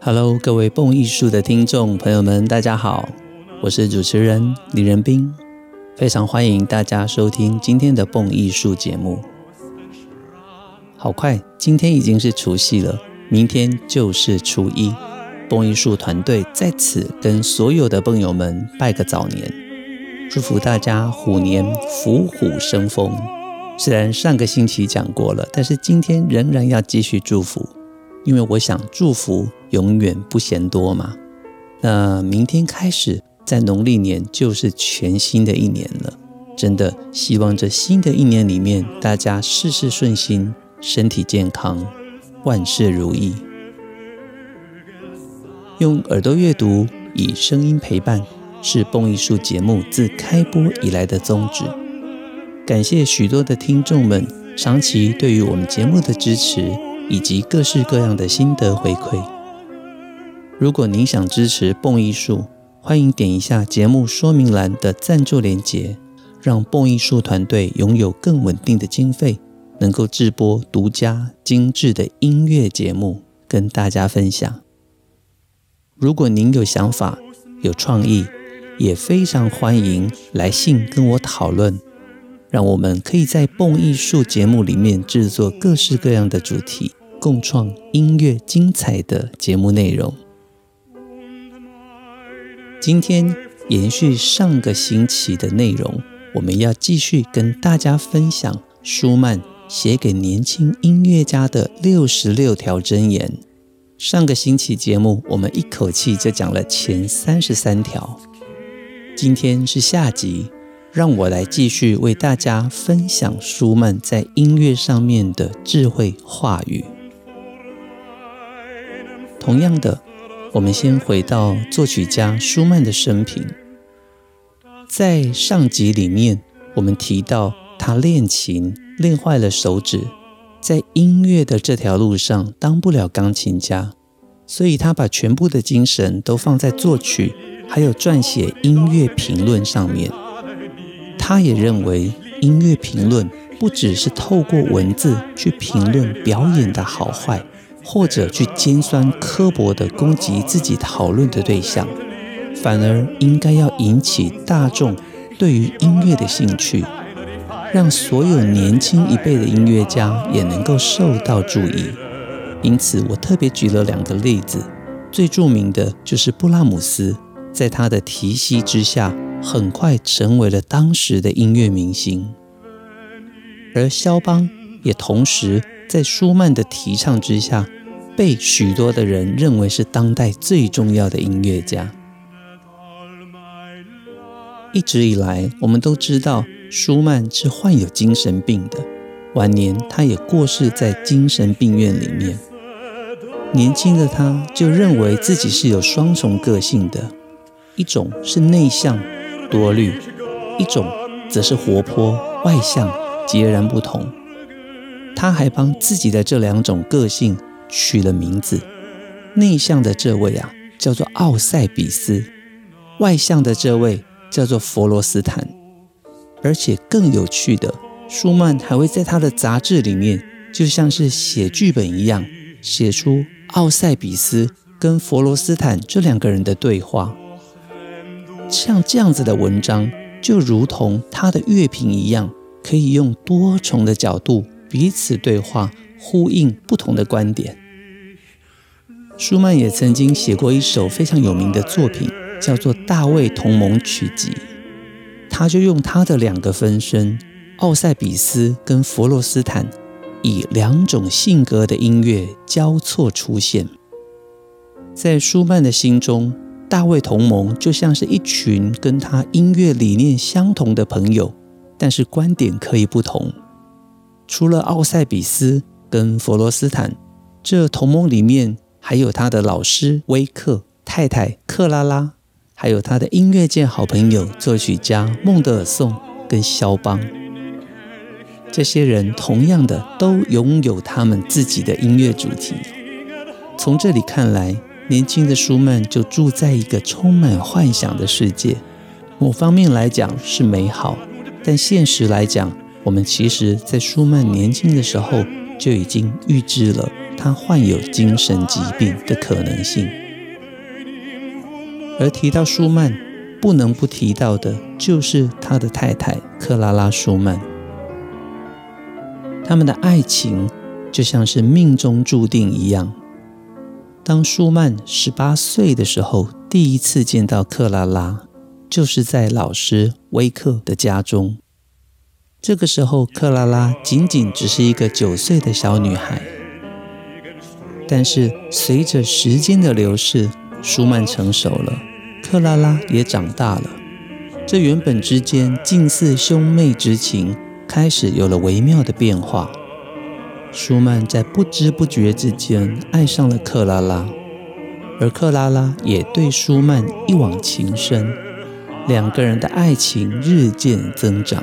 Hello， 各位蹦艺术的听众朋友们，大家好，我是主持人李仁斌，非常欢迎大家收听今天的蹦艺术节目。好快，今天已经是除夕了，明天就是初一。蹦艺术团队在此跟所有的蹦友们拜个早年，祝福大家虎年虎虎生风。虽然上个星期讲过了，但是今天仍然要继续祝福，因为我想祝福永远不嫌多嘛。那明天开始，在农历年就是全新的一年了，真的希望这新的一年里面，大家事事顺心，身体健康，万事如意。用耳朵阅读，以声音陪伴，是蹦艺术节目自开播以来的宗旨。感谢许多的听众们长期对于我们节目的支持，以及各式各样的心得回馈。如果您想支持蹦艺术，欢迎点一下节目说明栏的赞助连结，让蹦艺术团队拥有更稳定的经费，能够制播独家精致的音乐节目跟大家分享。如果您有想法有创意，也非常欢迎来信跟我讨论，让我们可以在蹦艺术节目里面制作各式各样的主题，共创音乐精彩的节目内容。今天延续上个星期的内容，我们要继续跟大家分享舒曼写给年轻音乐家的66条箴言。上个星期节目我们一口气就讲了前33条，今天是下集，让我来继续为大家分享舒曼在音乐上面的智慧话语。同样的，我们先回到作曲家舒曼的生平。在上集里面，我们提到他练琴练坏了手指，在音乐的这条路上当不了钢琴家，所以他把全部的精神都放在作曲还有撰写音乐评论上面。他也认为音乐评论不只是透过文字去评论表演的好坏，或者去尖酸刻薄地攻击自己讨论的对象，反而应该要引起大众对于音乐的兴趣，让所有年轻一辈的音乐家也能够受到注意。因此我特别举了2个例子，最著名的就是布拉姆斯，在他的提携之下很快成为了当时的音乐明星，而肖邦也同时在舒曼的提倡之下，被许多的人认为是当代最重要的音乐家。一直以来，我们都知道舒曼是患有精神病的，晚年他也过世在精神病院里面。年轻的他就认为自己是有双重个性的，一种是内向多虑，一种则是活泼外向，截然不同。他还帮自己的这2种个性取了名字，内向的这位叫做奥赛比斯，外向的这位叫做佛罗斯坦。而且更有趣的，舒曼还会在他的杂志里面就像是写剧本一样，写出奥赛比斯跟佛罗斯坦这2个人的对话。像这样子的文章就如同他的乐评一样，可以用多重的角度彼此对话，呼应不同的观点。舒曼也曾经写过一首非常有名的作品，叫做《大卫同盟曲集》。他就用他的2个分身奥赛比斯跟佛罗斯坦，以2种性格的音乐交错出现。在舒曼的心中，大卫同盟就像是一群跟他音乐理念相同的朋友，但是观点可以不同。除了奥赛比斯跟佛罗斯坦，这同盟里面还有他的老师威克、太太克拉拉，还有他的音乐界好朋友作曲家孟德尔颂跟肖邦。这些人同样的都拥有他们自己的音乐主题。从这里看来，年轻的舒曼就住在一个充满幻想的世界。某方面来讲是美好，但现实来讲，我们其实在舒曼年轻的时候就已经预知了他患有精神疾病的可能性。而提到舒曼，不能不提到的就是他的太太克拉拉·舒曼。他们的爱情就像是命中注定一样。当舒曼18岁的时候，第一次见到克拉拉，就是在老师威克的家中。这个时候，克拉拉仅仅只是一个9岁的小女孩。但是随着时间的流逝，舒曼成熟了，克拉拉也长大了。这原本之间近似兄妹之情，开始有了微妙的变化。舒曼在不知不觉之间爱上了克拉拉，而克拉拉也对舒曼一往情深，两个人的爱情日渐增长。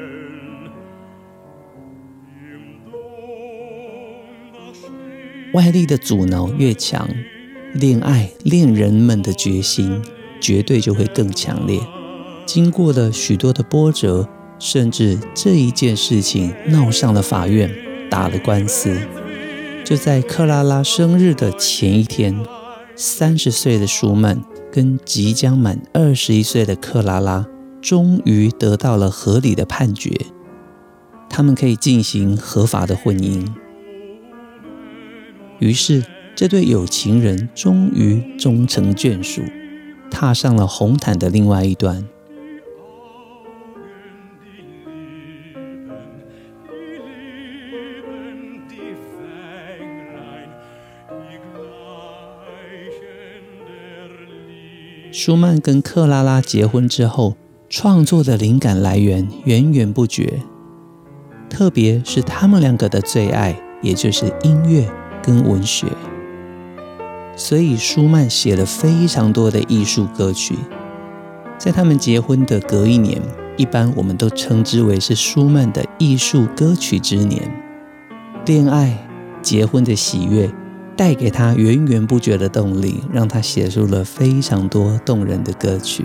外力的阻挠越强，恋人们的决心绝对就会更强烈。经过了许多的波折，甚至这一件事情闹上了法院，打了官司。就在克拉拉生日的前一天，30岁的舒曼跟即将满21岁的克拉拉终于得到了合理的判决，他们可以进行合法的婚姻。于是这对有情人终于终成眷属，踏上了红毯的另外一端。舒曼跟克拉拉结婚之后，创作的灵感来源源源不绝，特别是他们两个的最爱，也就是音乐跟文学。所以舒曼写了非常多的艺术歌曲。在他们结婚的隔一年，一般我们都称之为是舒曼的艺术歌曲之年。恋爱、结婚的喜悦带给他源源不绝的动力，让他写出了非常多动人的歌曲。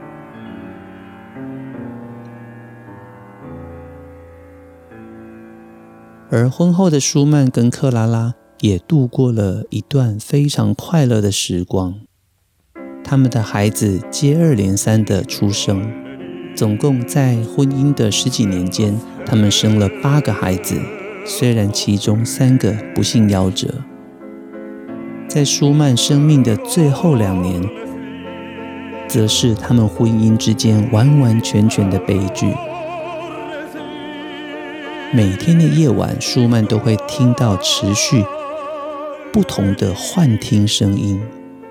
而婚后的舒曼跟克拉拉也度过了一段非常快乐的时光。他们的孩子接二连三的出生，总共在婚姻的10几年间，他们生了8个孩子，虽然其中3个不幸夭折。在舒曼生命的最后2年，则是他们婚姻之间完完全全的悲剧。每天的夜晚，舒曼都会听到持续不同的幻听声音。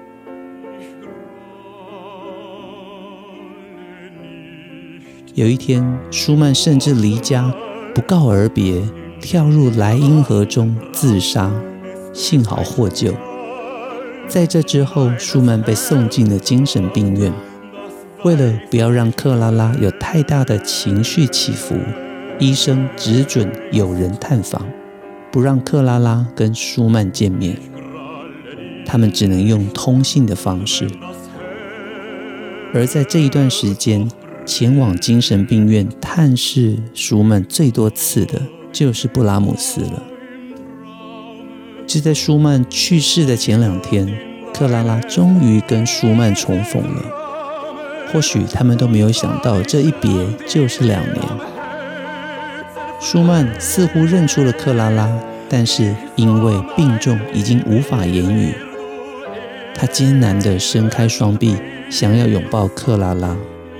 有一天，舒曼甚至离家不告而别，跳入莱茵河中自杀，幸好获救。在这之后，舒曼被送进了精神病院。为了不要让克拉拉有太大的情绪起伏，医生只准有人探访，不让克拉拉跟舒曼见面。他们只能用通信的方式。而在这一段时间，前往精神病院探视舒曼最多次的就是布拉姆斯了。就在舒曼去世的前2天，克拉拉终于跟舒曼重逢了。或许他们都没有想到，这一别就是2年。舒曼似乎认出了克拉拉，但是因为病重已经无法言语。他艰难地伸开双臂，想要拥抱克拉拉。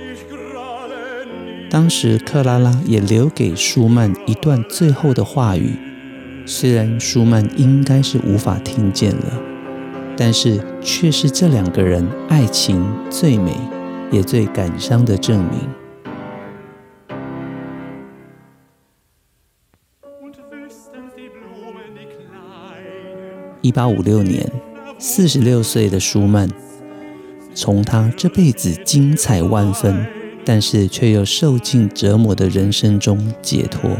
当时克拉拉也留给舒曼一段最后的话语，虽然舒曼应该是无法听见了，但是却是这2个人爱情最美也最感伤的证明。1856年，46岁的舒曼从他这辈子精彩万分，但是却又受尽折磨的人生中解脱。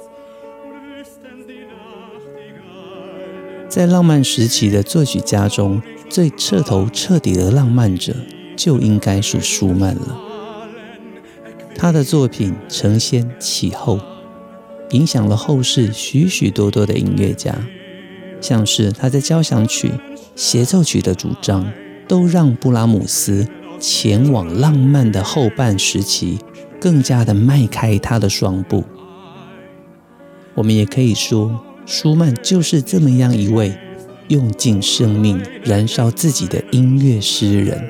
在浪漫时期的作曲家中，最彻头彻底的浪漫者就应该属舒曼了。他的作品承先启后，影响了后世许许多多的音乐家。 像是他在交响曲、协奏曲的主张，都让布拉姆斯前往浪漫的后半时期更加的迈开他的双步。我们也可以说，舒曼就是这么样一位用尽生命燃烧自己的音乐诗人。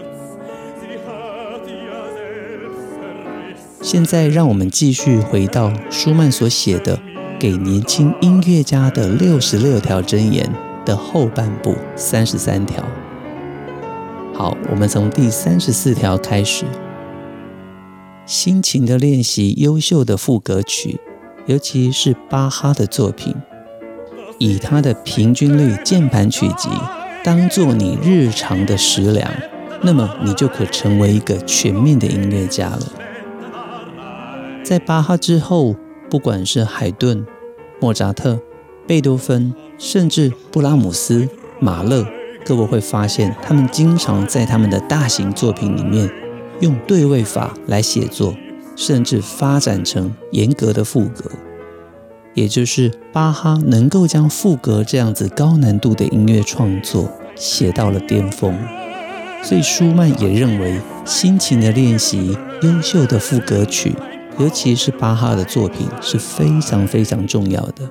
现在让我们继续回到舒曼所写的给年轻音乐家的66条箴言的后半部33条。好，我们从第34条开始。辛勤的练习优秀的赋格曲，尤其是巴哈的作品，以他的平均律键盘曲集当作你日常的食粮，那么你就可成为一个全面的音乐家了。在巴哈之后，不管是海顿、莫扎特、贝多芬，甚至布拉姆斯、马勒，各位会发现他们经常在他们的大型作品里面用对位法来写作，甚至发展成严格的赋格，也就是巴哈能够将赋格这样子高难度的音乐创作写到了巅峰。所以舒曼也认为辛勤的练习优秀的赋格曲，尤其是巴哈的作品是非常非常重要的。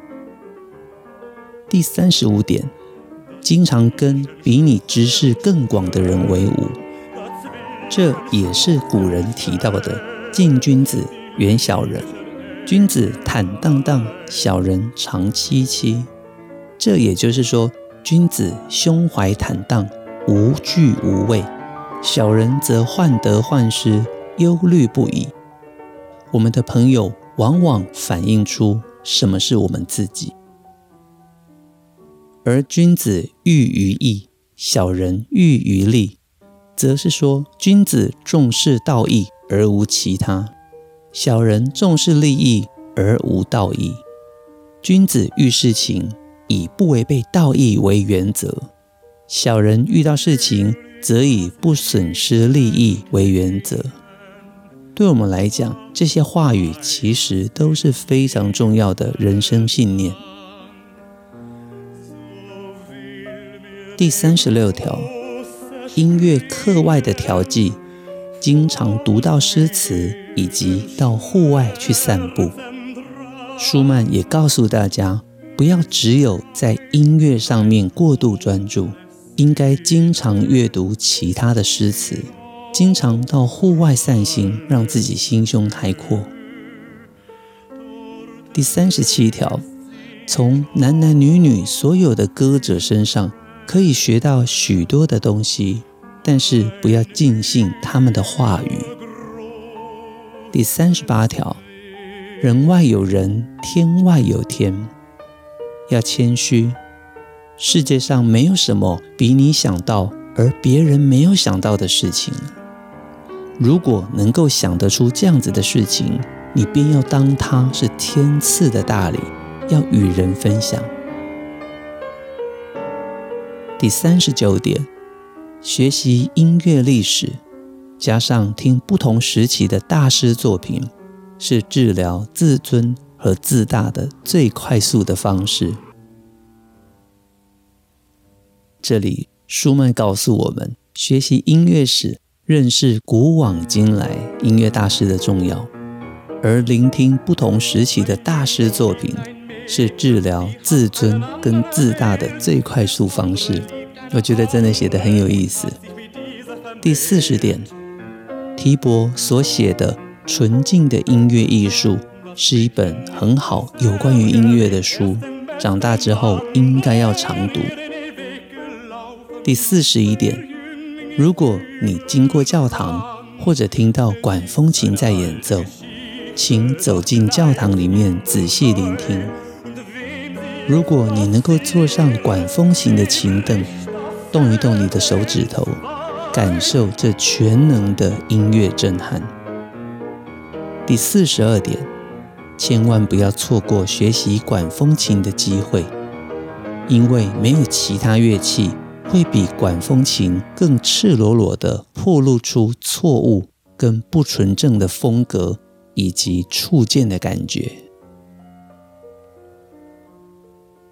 第35点，经常跟比你知识更广的人为伍，这也是古人提到的近君子，远小人，君子坦荡荡，小人长戚戚。这也就是说，君子胸怀坦荡，无惧无畏，小人则患得患失，忧虑不已。我们的朋友往往反映出什么是我们自己。而君子喻于义，小人喻于利，则是说君子重视道义而无其他，小人重视利益而无道义。君子遇事情以不违背道义为原则，小人遇到事情则以不损失利益为原则。对我们来讲，这些话语其实都是非常重要的人生信念。第36条，音乐课外的调剂，经常读到诗词，以及到户外去散步。舒曼也告诉大家，不要只有在音乐上面过度专注，应该经常阅读其他的诗词，经常到户外散心，让自己心胸开阔。第37条，从男男女女所有的歌者身上可以学到许多的东西，但是不要尽信他们的话语。第38条，人外有人，天外有天，要谦虚。世界上没有什么比你想到而别人没有想到的事情。如果能够想得出这样子的事情，你便要当它是天赐的大礼，要与人分享。第39点，学习音乐历史，加上听不同时期的大师作品，是治疗自尊和自大的最快速的方式。这里舒曼告诉我们，学习音乐史，认识古往今来音乐大师的重要，而聆听不同时期的大师作品，是治疗自尊跟自大的最快速方式。我觉得真的写得很有意思。第40点，提伯所写的《纯净的音乐艺术》是一本很好有关于音乐的书，长大之后应该要常读。第41点，如果你经过教堂或者听到管风琴在演奏，请走进教堂里面仔细聆听。如果你能够坐上管风琴的琴凳，动一动你的手指头，感受这全能的音乐震撼。第42点，千万不要错过学习管风琴的机会，因为没有其他乐器会比管风琴更赤裸裸地暴露出错误跟不纯正的风格以及触键的感觉。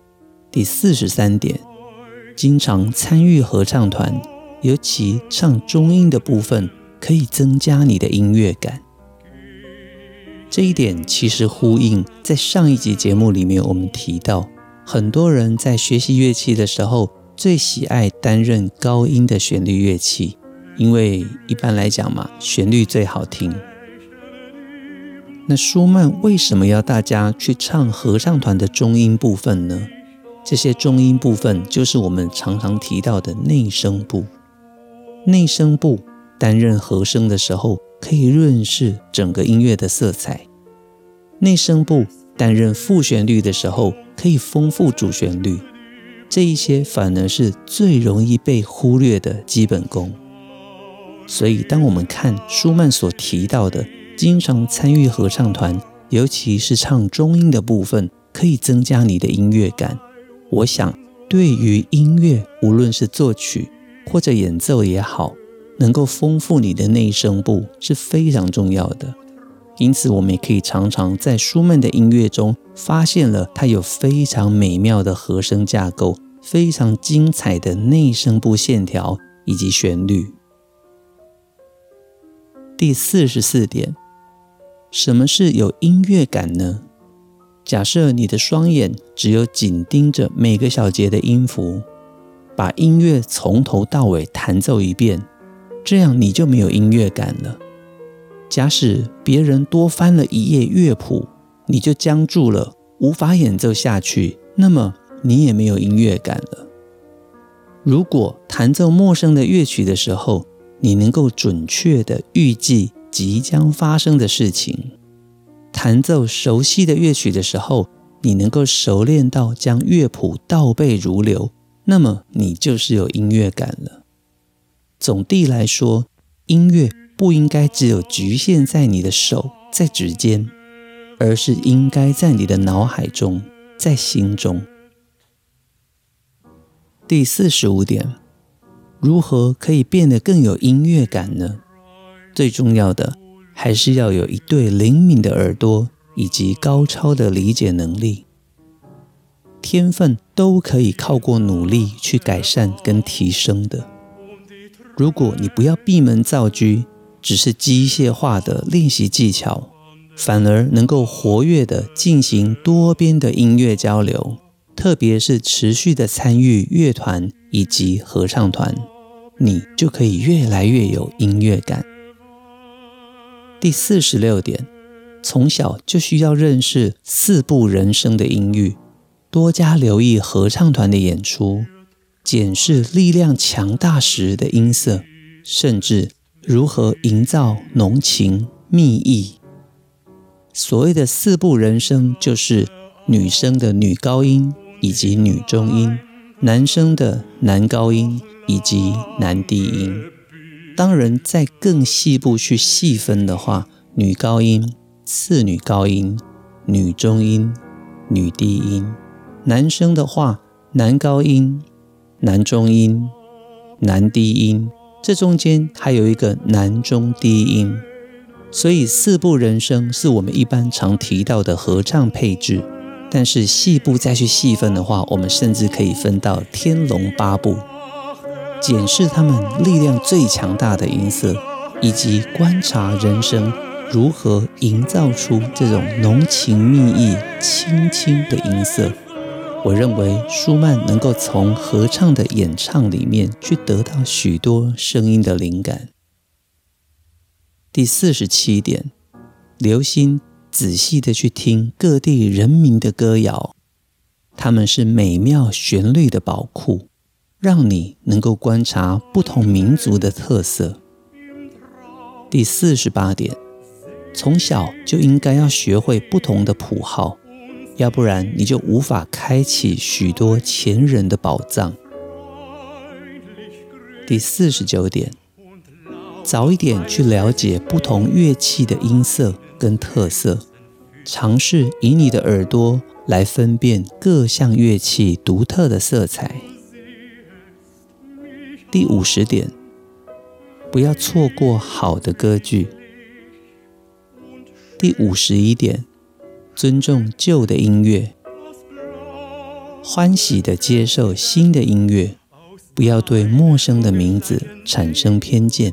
第43点，经常参与合唱团，尤其唱中音的部分，可以增加你的音乐感。这一点其实呼应在上一集节目里面我们提到，很多人在学习乐器的时候最喜爱担任高音的旋律乐器，因为一般来讲嘛，旋律最好听。那舒曼为什么要大家去唱合唱团的中音部分呢？这些中音部分就是我们常常提到的内声部。内声部担任和声的时候，可以润饰整个音乐的色彩。内声部担任副旋律的时候，可以丰富主旋律。这一些反而是最容易被忽略的基本功。所以当我们看舒曼所提到的经常参与合唱团，尤其是唱中音的部分，可以增加你的音乐感，我想对于音乐无论是作曲或者演奏也好，能够丰富你的内声部是非常重要的。因此我们也可以常常在舒曼的音乐中发现了它有非常美妙的和声架构，非常精彩的内声部线条以及旋律。第44点，什么是有音乐感呢？假设你的双眼只有紧盯着每个小节的音符，把音乐从头到尾弹奏一遍，这样你就没有音乐感了。假使别人多翻了一页乐谱，你就僵住了，无法演奏下去，那么你也没有音乐感了。如果弹奏陌生的乐曲的时候，你能够准确地预计即将发生的事情，弹奏熟悉的乐曲的时候，你能够熟练到将乐谱倒背如流，那么你就是有音乐感了。总的来说，音乐不应该只有局限在你的手，在指尖，而是应该在你的脑海中，在心中。第45点，如何可以变得更有音乐感呢？最重要的还是要有一对灵敏的耳朵以及高超的理解能力。天分都可以靠过努力去改善跟提升的。如果你不要闭门造车，只是机械化的练习技巧，反而能够活跃地进行多边的音乐交流，特别是持续的参与乐团以及合唱团，你就可以越来越有音乐感。第46点，从小就需要认识4部人声的音域，多加留意合唱团的演出，检视力量强大时的音色，甚至如何营造浓情蜜意。所谓的4部人声，就是女生的女高音以及女中音，男生的男高音以及男低音。当然再更细部去细分的话，女高音、次女高音、女中音、女低音。男生的话，男高音、男中音、男低音，这中间还有一个男中低音。所以4部人声是我们一般常提到的合唱配置，但是细部再去细分的话，我们甚至可以分到天龙8部，检视他们力量最强大的音色，以及观察人声如何营造出这种浓情蜜意、轻轻的音色。我认为舒曼能够从合唱的演唱里面去得到许多声音的灵感。第47点，留心仔细的去听各地人民的歌谣，他们是美妙旋律的宝库，让你能够观察不同民族的特色。第48点，从小就应该要学会不同的谱号，要不然你就无法开启许多前人的宝藏。第49点，早一点去了解不同乐器的音色跟特色，尝试以你的耳朵来分辨各项乐器独特的色彩。第50点，不要错过好的歌剧。第51点，尊重旧的音乐。 欢喜地接受新的音乐，不要对陌生的名字产生偏见。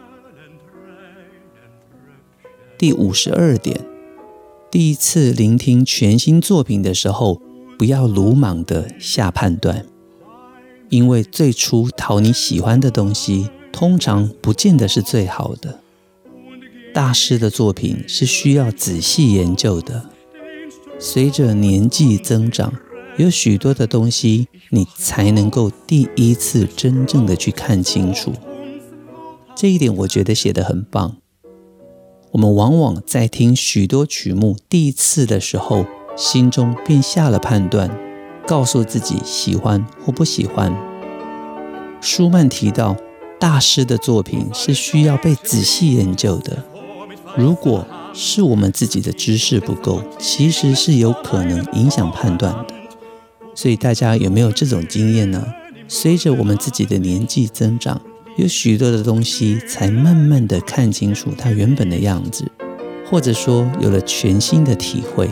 第52点，第一次聆听全新作品的时候，不要鲁莽地下判断，因为最初讨你喜欢的东西，通常不见得是最好的。大师的作品是需要仔细研究的。随着年纪增长，有许多的东西你才能够第一次真正的去看清楚。这一点我觉得写得很棒。我们往往在听许多曲目第一次的时候，心中便下了判断，告诉自己喜欢或不喜欢。舒曼提到，大师的作品是需要被仔细研究的。如果是我们自己的知识不够，其实是有可能影响判断的。所以大家有没有这种经验呢？随着我们自己的年纪增长，有许多的东西才慢慢的看清楚它原本的样子，或者说有了全新的体会。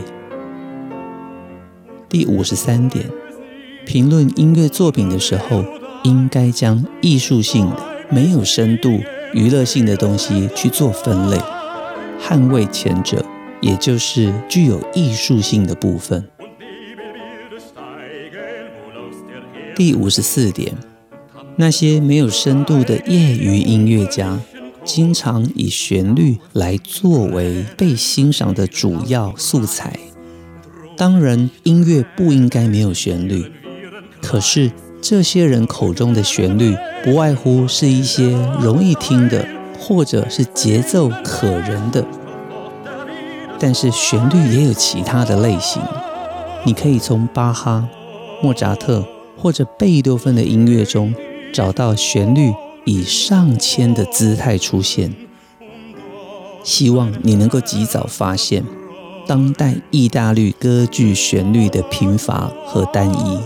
第53点，评论音乐作品的时候，应该将艺术性的、没有深度、娱乐性的东西去做分类，捍卫前者，也就是具有艺术性的部分。第54点，那些没有深度的业余音乐家，经常以旋律来作为被欣赏的主要素材。当然，音乐不应该没有旋律，可是这些人口中的旋律，不外乎是一些容易听的，或者是节奏可人的。但是旋律也有其他的类型，你可以从巴哈、莫扎特或者贝多芬的音乐中找到旋律以上千的姿态出现。希望你能够及早发现当代意大利歌剧旋律的贫乏和单一。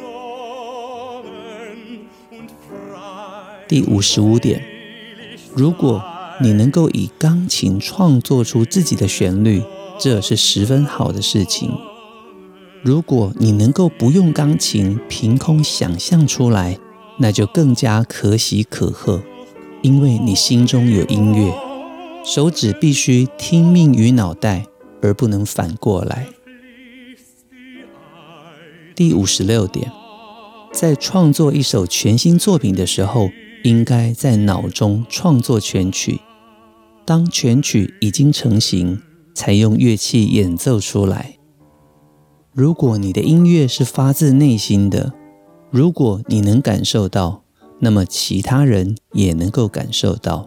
第55点，如果你能够以钢琴创作出自己的旋律，这是十分好的事情。如果你能够不用钢琴凭空想象出来，那就更加可喜可贺，因为你心中有音乐，手指必须听命于脑袋，而不能反过来。第56点，在创作一首全新作品的时候，应该在脑中创作全曲，当全曲已经成型，才用乐器演奏出来。如果你的音乐是发自内心的，如果你能感受到，那么其他人也能够感受到。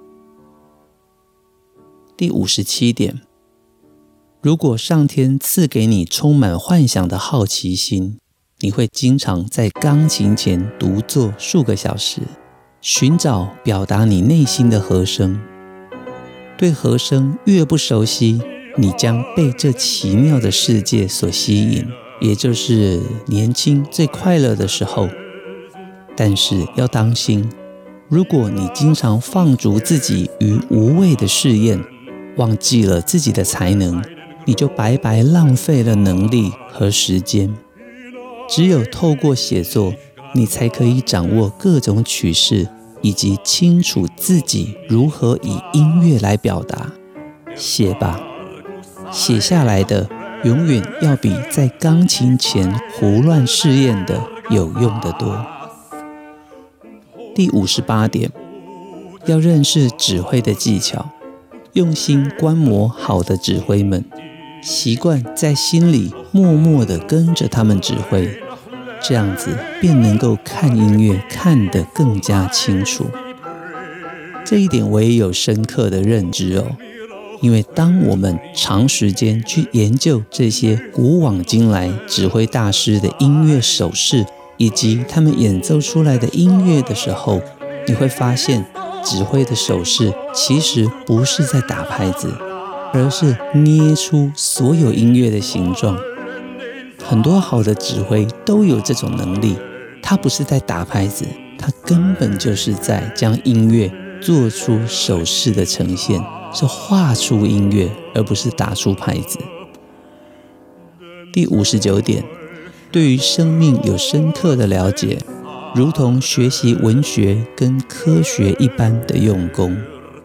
第57点，如果上天赐给你充满幻想的好奇心，你会经常在钢琴前独坐数个小时，寻找表达你内心的和声。对和声越不熟悉，你将被这奇妙的世界所吸引，也就是年轻最快乐的时候。但是要当心，如果你经常放逐自己于无谓的试验，忘记了自己的才能，你就白白浪费了能力和时间。只有透过写作，你才可以掌握各种曲式，以及清楚自己如何以音乐来表达。写吧，写下来的永远要比在钢琴前胡乱试验的有用得多。第58点，要认识指挥的技巧，用心观摩好的指挥们，习惯在心里默默地跟着他们指挥，这样子便能够看音乐看得更加清楚。这一点我也有深刻的认知哦。因为当我们长时间去研究这些古往今来指挥大师的音乐手势，以及他们演奏出来的音乐的时候，你会发现指挥的手势其实不是在打拍子，而是捏出所有音乐的形状。很多好的指挥都有这种能力，他不是在打拍子，他根本就是在将音乐做出手势的呈现，是画出音乐，而不是打出拍子。第59点， 对于生命有深刻的了解，如同学习文学跟科学一般的用功。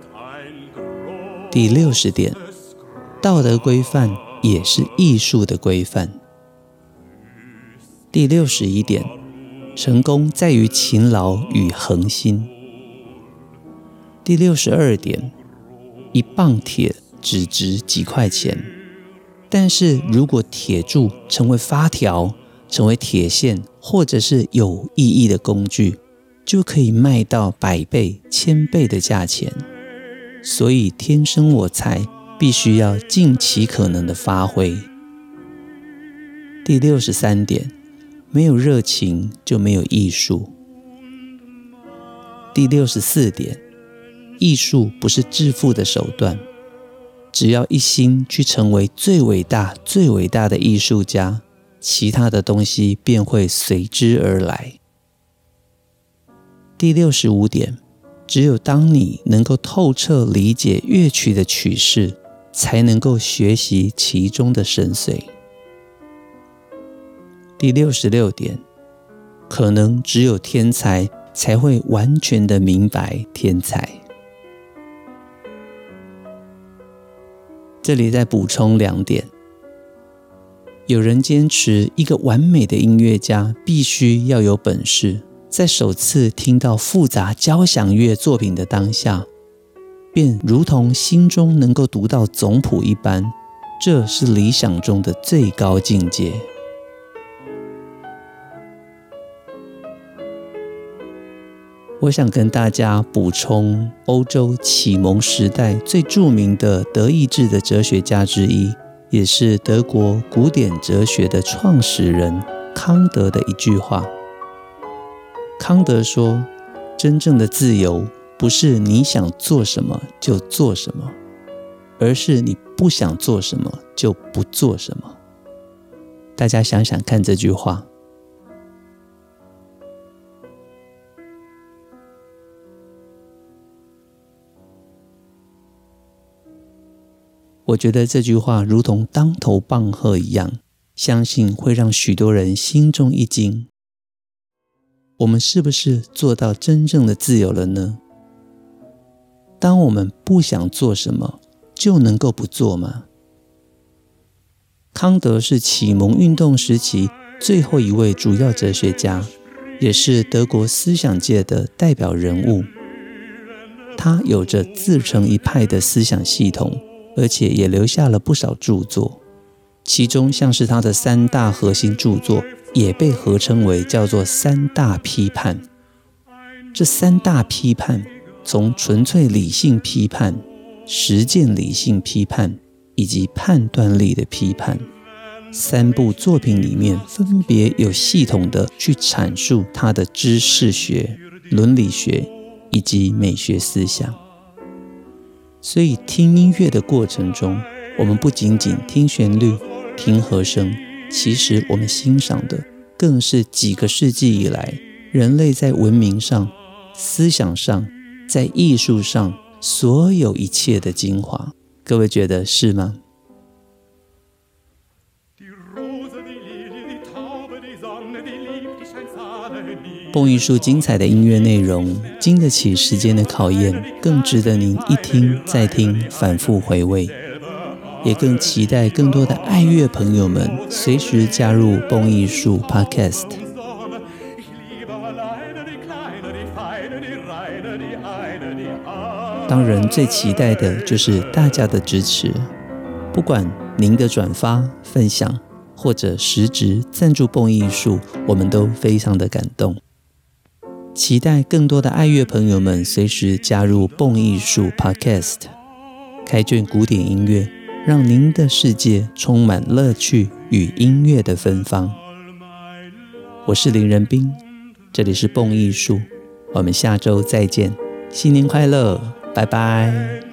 第60点，道德规范也是艺术的规范。第61点，成功在于勤劳与恒心。第62点，一磅铁只值几块钱，但是如果铁柱成为发条，成为铁线，或者是有意义的工具，就可以卖到100倍、1000倍的价钱。所以天生我材必须要尽其可能的发挥。第63点，没有热情就没有艺术。第64点，艺术不是致富的手段，只要一心去成为最伟大、最伟大的艺术家，其他的东西便会随之而来。第65点，只有当你能够透彻理解乐曲的曲式，才能够学习其中的深邃。第66点，可能只有天才才会完全的明白天才。这里再补充2点。有人坚持一个完美的音乐家必须要有本事，在首次听到复杂交响乐作品的当下，便如同心中能够读到总谱一般，这是理想中的最高境界。我想跟大家补充欧洲启蒙时代最著名的德意志的哲学家之一，也是德国古典哲学的创始人康德的一句话。康德说，真正的自由不是你想做什么就做什么，而是你不想做什么就不做什么。大家想想看这句话。我觉得这句话如同当头棒喝一样，相信会让许多人心中一惊。我们是不是做到真正的自由了呢？当我们不想做什么，就能够不做吗？康德是启蒙运动时期最后一位主要哲学家，也是德国思想界的代表人物。他有着自成一派的思想系统，而且也留下了不少著作，其中像是他的3大核心著作，也被合称为叫做3大批判。这3大批判，从纯粹理性批判、实践理性批判以及判断力的批判，3部作品里面分别有系统的去阐述他的知识学、伦理学以及美学思想。所以听音乐的过程中，我们不仅仅听旋律、听和声，其实我们欣赏的更是几个世纪以来人类在文明上、思想上、在艺术上所有一切的精华。各位觉得是吗？蹦艺术精彩的音乐内容，经得起时间的考验，更值得您一听再听，反复回味。也更期待更多的爱乐朋友们随时加入蹦艺术 Podcast。当然，最期待的就是大家的支持，不管您的转发、分享，或者实质赞助蹦艺术，我们都非常的感动。期待更多的爱乐朋友们随时加入蹦艺术 Podcast， 开卷古典音乐，让您的世界充满乐趣与音乐的芬芳。我是林仁斌，这里是蹦艺术，我们下周再见，新年快乐，拜拜。